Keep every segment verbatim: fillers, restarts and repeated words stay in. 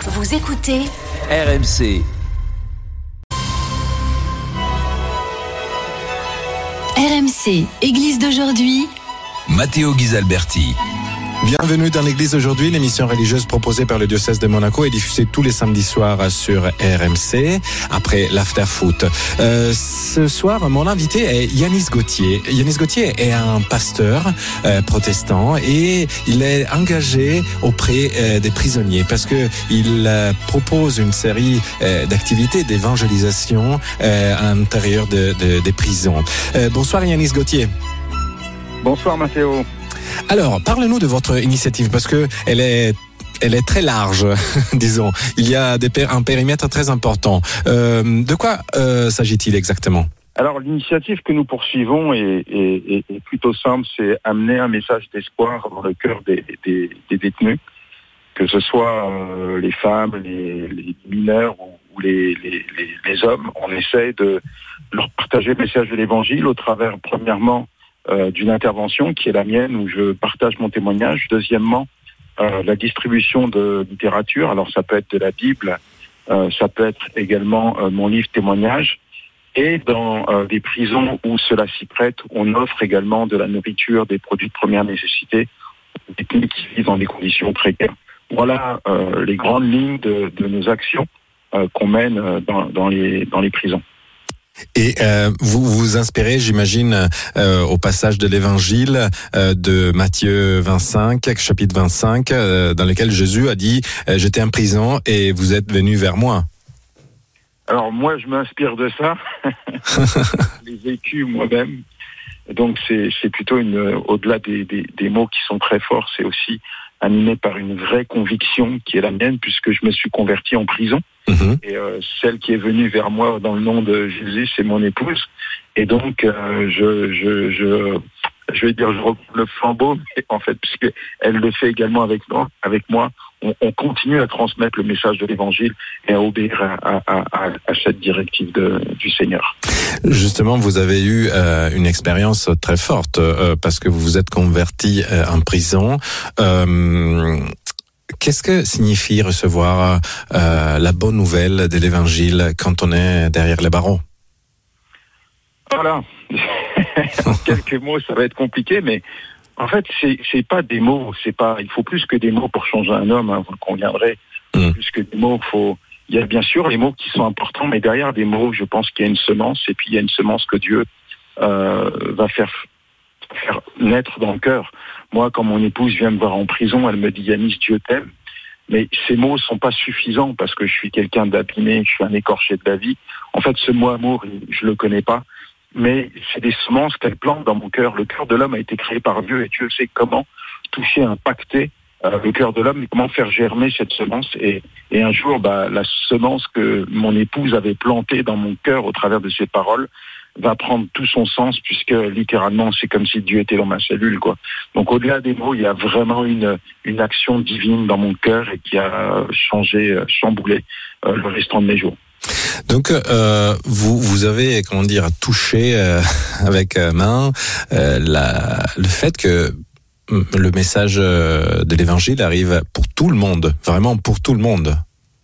Vous écoutez R M C. R M C, Église d'aujourd'hui. Matteo Ghisalberti. Bienvenue dans l'Église aujourd'hui, l'émission religieuse proposée par le diocèse de Monaco et diffusée tous les samedis soirs sur R M C, après l'after foot. Euh, ce soir, mon invité est Yanis Gauthier. Yanis Gauthier est un pasteur euh, protestant et il est engagé auprès euh, des prisonniers parce que il euh, propose une série euh, d'activités d'évangélisation euh, à l'intérieur de, de, des prisons. Euh, bonsoir Yanis Gauthier. Bonsoir Matteo. Alors, parle-nous de votre initiative parce que elle est, elle est très large, disons. Il y a des, un périmètre très important. Euh, de quoi euh, s'agit-il exactement ? Alors, l'initiative que nous poursuivons est, est, est, est plutôt simple, c'est amener un message d'espoir dans le cœur des, des, des détenus, que ce soit euh, les femmes, les, les mineurs ou, ou les, les, les, les hommes. On essaie de leur partager le message de l'Évangile au travers, premièrement, Euh, d'une intervention qui est la mienne où je partage mon témoignage. Deuxièmement, euh, la distribution de littérature. Alors ça peut être de la Bible, euh, ça peut être également euh, mon livre témoignage. Et dans euh, des prisons où cela s'y prête, on offre également de la nourriture, des produits de première nécessité aux détenus qui vivent dans des conditions précaires. Voilà euh, les grandes lignes de, de nos actions euh, qu'on mène dans, dans, les, dans les prisons. Et euh, vous vous inspirez, j'imagine, euh, au passage de l'Évangile euh, de Matthieu vingt-cinq, chapitre vingt-cinq, euh, dans lequel Jésus a dit euh, « J'étais en prison et vous êtes venus vers moi ». Alors moi, je m'inspire de ça. Je l'ai vécu moi-même. Donc c'est, c'est plutôt une, au-delà des, des, des mots qui sont très forts, c'est aussi animé par une vraie conviction qui est la mienne, puisque je me suis converti en prison. Mmh. Et euh, celle qui est venue vers moi dans le nom de Jésus, c'est mon épouse. Et donc, euh, je, je, je, je vais dire, je reprends le flambeau, mais en fait, puisque elle le fait également avec moi, avec moi, on, on continue à transmettre le message de l'Évangile et à obéir à, à, à, à cette directive de, du Seigneur. Justement, vous avez eu euh, une expérience très forte euh, parce que vous vous êtes converti euh, en prison. Euh, Qu'est-ce que signifie recevoir euh, la bonne nouvelle de l'Évangile quand on est derrière les barreaux ? Voilà. En quelques mots, ça va être compliqué, mais en fait, c'est, c'est pas des mots. C'est pas. Il faut plus que des mots pour changer un homme. Hein, vous le conviendrez. Mmh. Plus que des mots, faut. Il y a bien sûr les mots qui sont importants, mais derrière des mots, je pense qu'il y a une semence, et puis il y a une semence que Dieu euh, va faire. faire naître dans le cœur. Moi, quand mon épouse vient me voir en prison, elle me dit « Yanis, Dieu t'aime ». Mais ces mots sont pas suffisants parce que je suis quelqu'un d'abîmé, je suis un écorché de la vie. En fait, ce mot amour, je le connais pas. Mais c'est des semences qu'elle plante dans mon cœur. Le cœur de l'homme a été créé par Dieu et Dieu sait comment toucher, impacter euh, le cœur de l'homme et comment faire germer cette semence. Et, et un jour, bah, la semence que mon épouse avait plantée dans mon cœur au travers de ses paroles va prendre tout son sens puisque littéralement c'est comme si Dieu était dans ma cellule, quoi. Donc au-delà des mots, il y a vraiment une une action divine dans mon cœur et qui a changé, chamboulé euh, le restant de mes jours. Donc euh, vous vous avez comment dire touché euh, avec main euh, la le fait que le message de l'Évangile arrive pour tout le monde, vraiment pour tout le monde.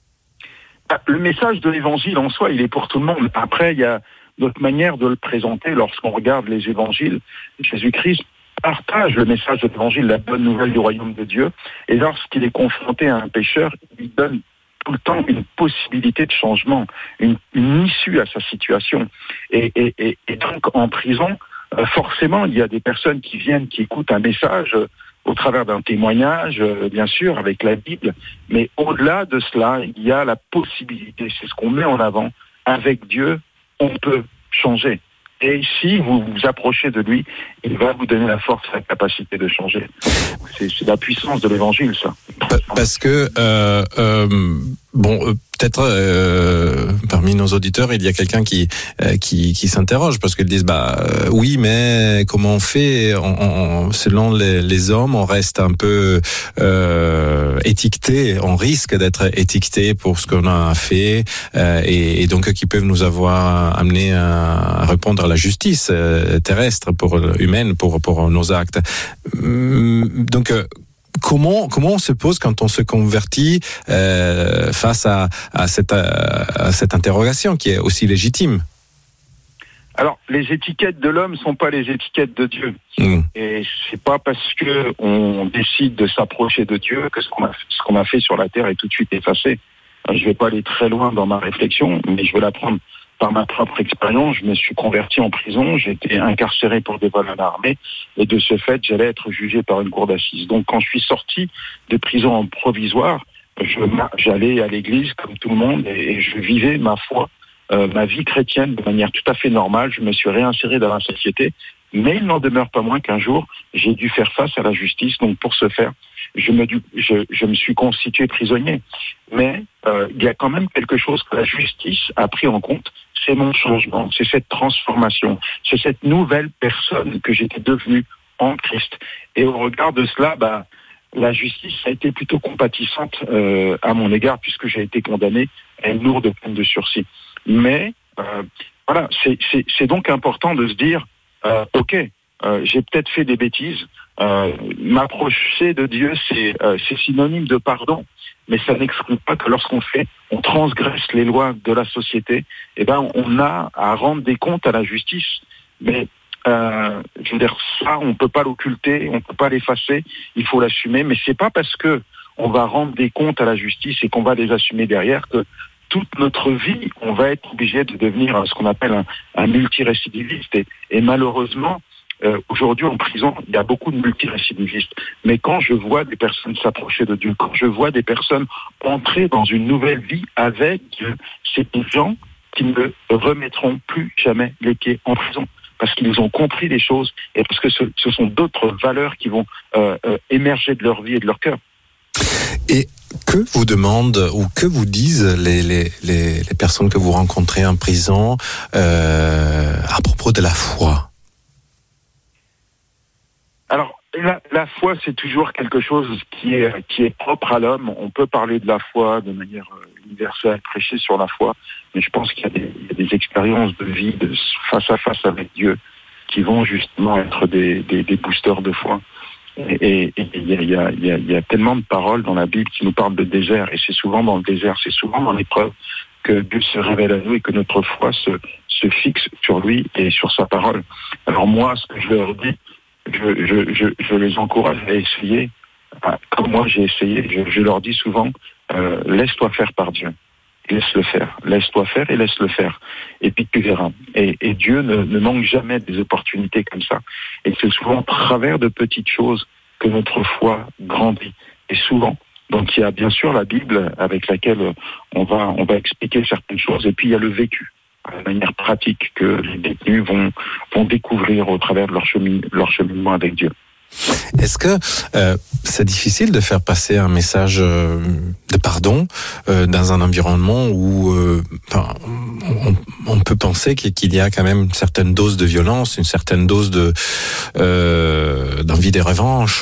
Le message de l'Évangile en soi, il est pour tout le monde. Après, il y a notre manière de le présenter. Lorsqu'on regarde les évangiles, Jésus-Christ partage le message de l'Évangile, la bonne nouvelle du royaume de Dieu. Et lorsqu'il est confronté à un pécheur, il lui donne tout le temps une possibilité de changement, une, une issue à sa situation. Et, et, et, et donc, en prison, forcément, il y a des personnes qui viennent, qui écoutent un message au travers d'un témoignage, bien sûr, avec la Bible. Mais au-delà de cela, il y a la possibilité, c'est ce qu'on met en avant, avec Dieu, on peut changer. Et si vous vous approchez de lui, il va vous donner la force, la capacité de changer. C'est, c'est la puissance de l'Évangile, ça. Parce que, euh, euh, bon, peut-être euh, parmi nos auditeurs, il y a quelqu'un qui euh, qui, qui s'interroge parce qu'ils disent, bah euh, oui, mais comment on fait on, on, selon les, les hommes, on reste un peu euh, étiqueté, on risque d'être étiqueté pour ce qu'on a fait, euh, et, et donc qui peuvent nous avoir amené à répondre à la justice euh, terrestre, pour humaine, pour pour nos actes. Donc comment comment on se pose quand on se convertit euh, face à, à cette à cette interrogation qui est aussi légitime? Alors, les étiquettes de l'homme sont pas les étiquettes de Dieu. Mmh. Et c'est pas parce que on décide de s'approcher de Dieu que ce qu'on a, ce qu'on a fait sur la terre est tout de suite effacé. Je vais pas aller très loin dans ma réflexion, mais je vais la prendre par ma propre expérience. Je me suis converti en prison, j'ai été incarcéré pour des vols à l'armée, et de ce fait, j'allais être jugé par une cour d'assises. Donc, quand je suis sorti de prison en provisoire, je, j'allais à l'église comme tout le monde, et, et je vivais ma foi, Euh, ma vie chrétienne de manière tout à fait normale. Je me suis réinséré dans la société, mais il n'en demeure pas moins qu'un jour, j'ai dû faire face à la justice. Donc pour ce faire, je me, je, je me suis constitué prisonnier. Mais euh, il y a quand même quelque chose que la justice a pris en compte, c'est mon changement, c'est cette transformation, c'est cette nouvelle personne que j'étais devenu en Christ. Et au regard de cela, bah, la justice a été plutôt compatissante euh, à mon égard, puisque j'ai été condamné à une lourde peine de sursis. Mais euh, voilà, c'est, c'est, c'est donc important de se dire, euh, ok, euh, j'ai peut-être fait des bêtises. Euh, m'approcher de Dieu, c'est, euh, c'est synonyme de pardon, mais ça n'exclut pas que lorsqu'on fait, on transgresse les lois de la société. Eh ben, on a à rendre des comptes à la justice. Mais euh, je veux dire, ça, on peut pas l'occulter, on peut pas l'effacer. Il faut l'assumer. Mais c'est pas parce que on va rendre des comptes à la justice et qu'on va les assumer derrière que toute notre vie, on va être obligé de devenir ce qu'on appelle un, un multirécidiviste. Et, et malheureusement, euh, aujourd'hui en prison, il y a beaucoup de multirécidivistes. Mais quand je vois des personnes s'approcher de Dieu, quand je vois des personnes entrer dans une nouvelle vie avec Dieu, c'est des gens qui ne remettront plus jamais les pieds en prison. Parce qu'ils ont compris les choses et parce que ce, ce sont d'autres valeurs qui vont euh, euh, émerger de leur vie et de leur cœur. Et que vous demandent ou que vous disent les, les, les, les personnes que vous rencontrez en prison euh, à propos de la foi? Alors, la, la foi, c'est toujours quelque chose qui est, qui est propre à l'homme. On peut parler de la foi de manière universelle, prêcher sur la foi, mais je pense qu'il y a des, il y a des expériences de vie de face à face avec Dieu qui vont justement être des, des, des boosters de foi. Et il y a, y, a, y, a, y a tellement de paroles dans la Bible qui nous parlent de désert, et c'est souvent dans le désert, c'est souvent dans l'épreuve que Dieu se révèle à nous et que notre foi se, se fixe sur lui et sur sa parole. Alors moi, ce que je leur dis, je, je, je, je les encourage à essayer, comme moi j'ai essayé, je, je leur dis souvent, euh, laisse-toi faire par Dieu. Laisse-le faire, laisse-toi faire et laisse-le faire. Et puis tu verras. Et, et Dieu ne, ne manque jamais des opportunités comme ça. Et c'est souvent à travers de petites choses que notre foi grandit. Et souvent. Donc il y a bien sûr la Bible avec laquelle on va, on va expliquer certaines choses. Et puis il y a le vécu, de manière pratique, que les détenus vont, vont découvrir au travers de leur, chemin, leur cheminement avec Dieu. Est-ce que euh, c'est difficile de faire passer un message euh, de pardon euh, dans un environnement où euh, enfin, on, on peut penser qu'il y a quand même une certaine dose de violence, une certaine dose de euh, d'envie de revanche?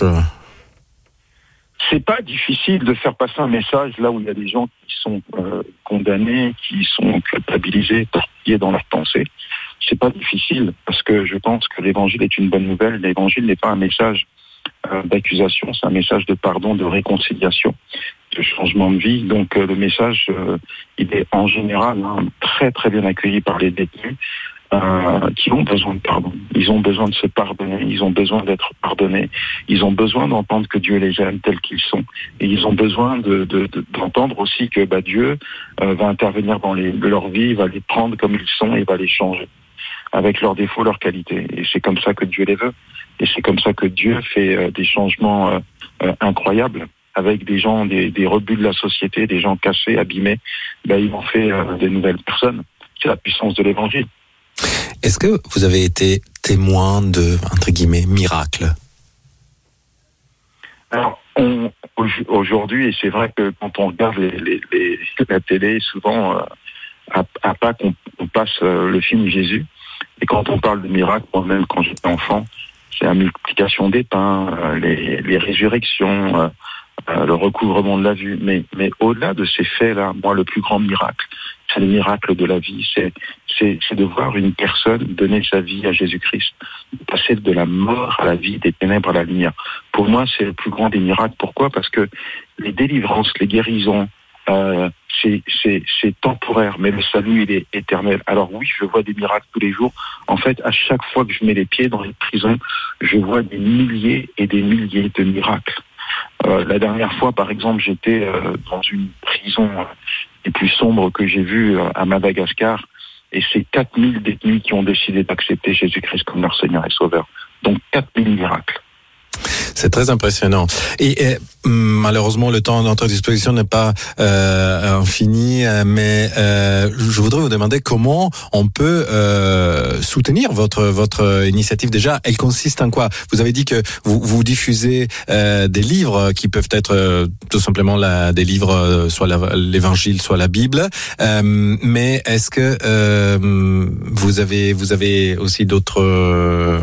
C'est pas difficile de faire passer un message là où il y a des gens qui sont euh, condamnés, qui sont culpabilisés, torpillés dans leurs pensées. C'est pas difficile parce que je pense que l'évangile est une bonne nouvelle. L'évangile n'est pas un message euh, d'accusation, c'est un message de pardon, de réconciliation, de changement de vie. Donc euh, le message, euh, il est en général hein, très très bien accueilli par les détenus euh, qui ont besoin de pardon. Ils ont besoin de se pardonner, ils ont besoin d'être pardonnés, ils ont besoin d'entendre que Dieu les aime tels qu'ils sont, et ils ont besoin de, de, de, d'entendre aussi que bah, Dieu euh, va intervenir dans les, leur vie, va les prendre comme ils sont et va les changer, avec leurs défauts, leurs qualités. Et c'est comme ça que Dieu les veut. Et c'est comme ça que Dieu fait euh, des changements euh, euh, incroyables avec des gens, des, des rebuts de la société, des gens cassés, abîmés. Ben, ils en fait euh, des nouvelles personnes. C'est la puissance de l'évangile. Est-ce que vous avez été témoin de, entre guillemets, miracles? Alors, on, aujourd'hui, et c'est vrai que quand on regarde les, les, les, la télé, souvent, euh, à, à Pâques, on, on passe euh, le film Jésus. Et quand on parle de miracles, moi-même, quand j'étais enfant, c'est la multiplication des pains, euh, les, les résurrections, euh, euh, le recouvrement de la vue. Mais, mais au-delà de ces faits-là, moi, le plus grand miracle, c'est le miracle de la vie. C'est, c'est, c'est de voir une personne donner sa vie à Jésus-Christ, passer de la mort à la vie, des ténèbres à la lumière. Pour moi, c'est le plus grand des miracles. Pourquoi ? Parce que les délivrances, les guérisons, euh, c'est, c'est, c'est temporaire, mais le salut, il est éternel. Alors oui, je vois des miracles tous les jours. En fait, à chaque fois que je mets les pieds dans les prisons, je vois des milliers et des milliers de miracles. Euh, la dernière fois, par exemple, j'étais euh, dans une prison les plus sombres que j'ai vues euh, à Madagascar, et c'est quatre mille détenus qui ont décidé d'accepter Jésus-Christ comme leur Seigneur et Sauveur. Donc quatre mille miracles. C'est très impressionnant. Et, et malheureusement, le temps à notre disposition n'est pas euh, infini, mais euh, je voudrais vous demander comment on peut euh, soutenir votre votre initiative. Déjà, elle consiste en quoi ? Vous avez dit que vous, vous diffusez euh, des livres qui peuvent être euh, tout simplement la, des livres, euh, soit la, l'Évangile, soit la Bible. Euh, mais est-ce que euh, vous avez vous avez aussi d'autres euh,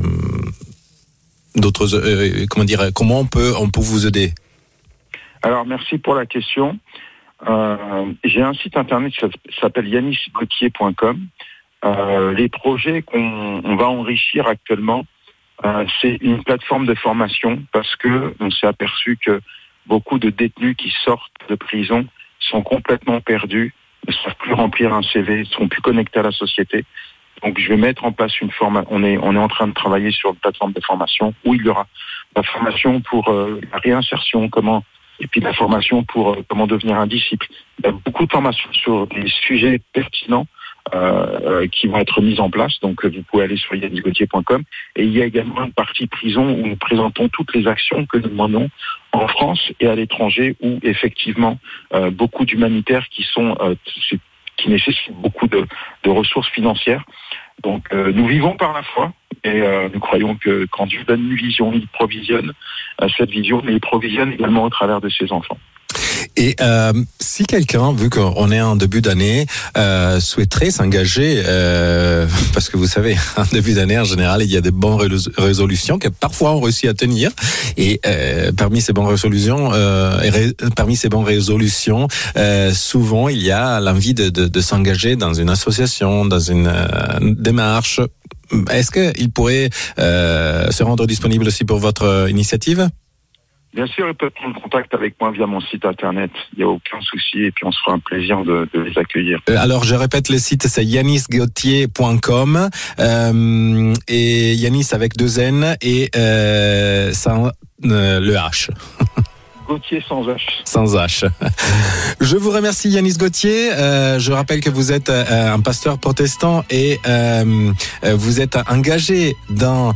d'autres euh, comment dire comment on peut on peut vous aider? Alors merci pour la question. Euh, j'ai un site internet qui s'appelle yanis gauthier point com. Euh, les projets qu'on on va enrichir actuellement, euh, c'est une plateforme de formation parce que on s'est aperçu que beaucoup de détenus qui sortent de prison sont complètement perdus, ne savent plus remplir un C V, ne sont plus connectés à la société. Donc, je vais mettre en place une formation. On est, on est en train de travailler sur une plateforme de formation où il y aura la formation pour euh, la réinsertion, comment, et puis la formation pour euh, comment devenir un disciple. Il y a beaucoup de formations sur des sujets pertinents euh, qui vont être mises en place. Donc, vous pouvez aller sur yanis gauthier point com. Et il y a également une partie prison où nous présentons toutes les actions que nous menons en France et à l'étranger, où effectivement euh, beaucoup d'humanitaires qui sont euh, qui nécessitent beaucoup de, de ressources financières. Donc euh, nous vivons par la foi et euh, nous croyons que quand Dieu donne une vision, il provisionne euh, cette vision, mais il provisionne également au travers de ses enfants. Et euh, si quelqu'un, vu qu'on est en début d'année, euh, souhaiterait s'engager, euh, parce que vous savez, en début d'année, en général, il y a des bonnes résolutions que parfois on réussit à tenir. Et euh, parmi ces bonnes résolutions, euh, et ré, parmi ces bonnes résolutions, euh, souvent il y a l'envie de, de, de s'engager dans une association, dans une euh, démarche. Est-ce qu'il pourrait euh, se rendre disponible aussi pour votre initiative ? Bien sûr, ils peuvent prendre contact avec moi via mon site internet. Il n'y a aucun souci et puis on se fera un plaisir de, de les accueillir. Euh, alors, je répète, le site, c'est yanis gauthier point com euh, et Yanis avec deux N et euh, sans euh, le H. Gauthier sans H. Sans H. Je vous remercie Yanis Gauthier. Euh, je rappelle que vous êtes euh, un pasteur protestant et euh, vous êtes engagé dans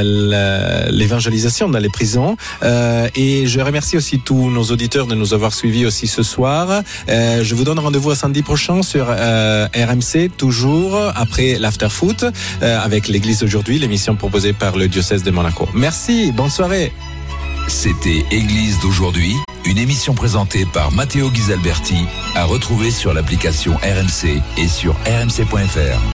euh, l'évangélisation dans les prisons. Euh, et je remercie aussi tous nos auditeurs de nous avoir suivis aussi ce soir. Euh, je vous donne rendez-vous à samedi prochain sur euh, R M C, toujours après l'After Foot, euh, avec l'Église d'aujourd'hui, l'émission proposée par le diocèse de Monaco. Merci, bonne soirée. C'était Église d'aujourd'hui, une émission présentée par Matteo Ghisalberti, à retrouver sur l'application R M C et sur r m c point f r.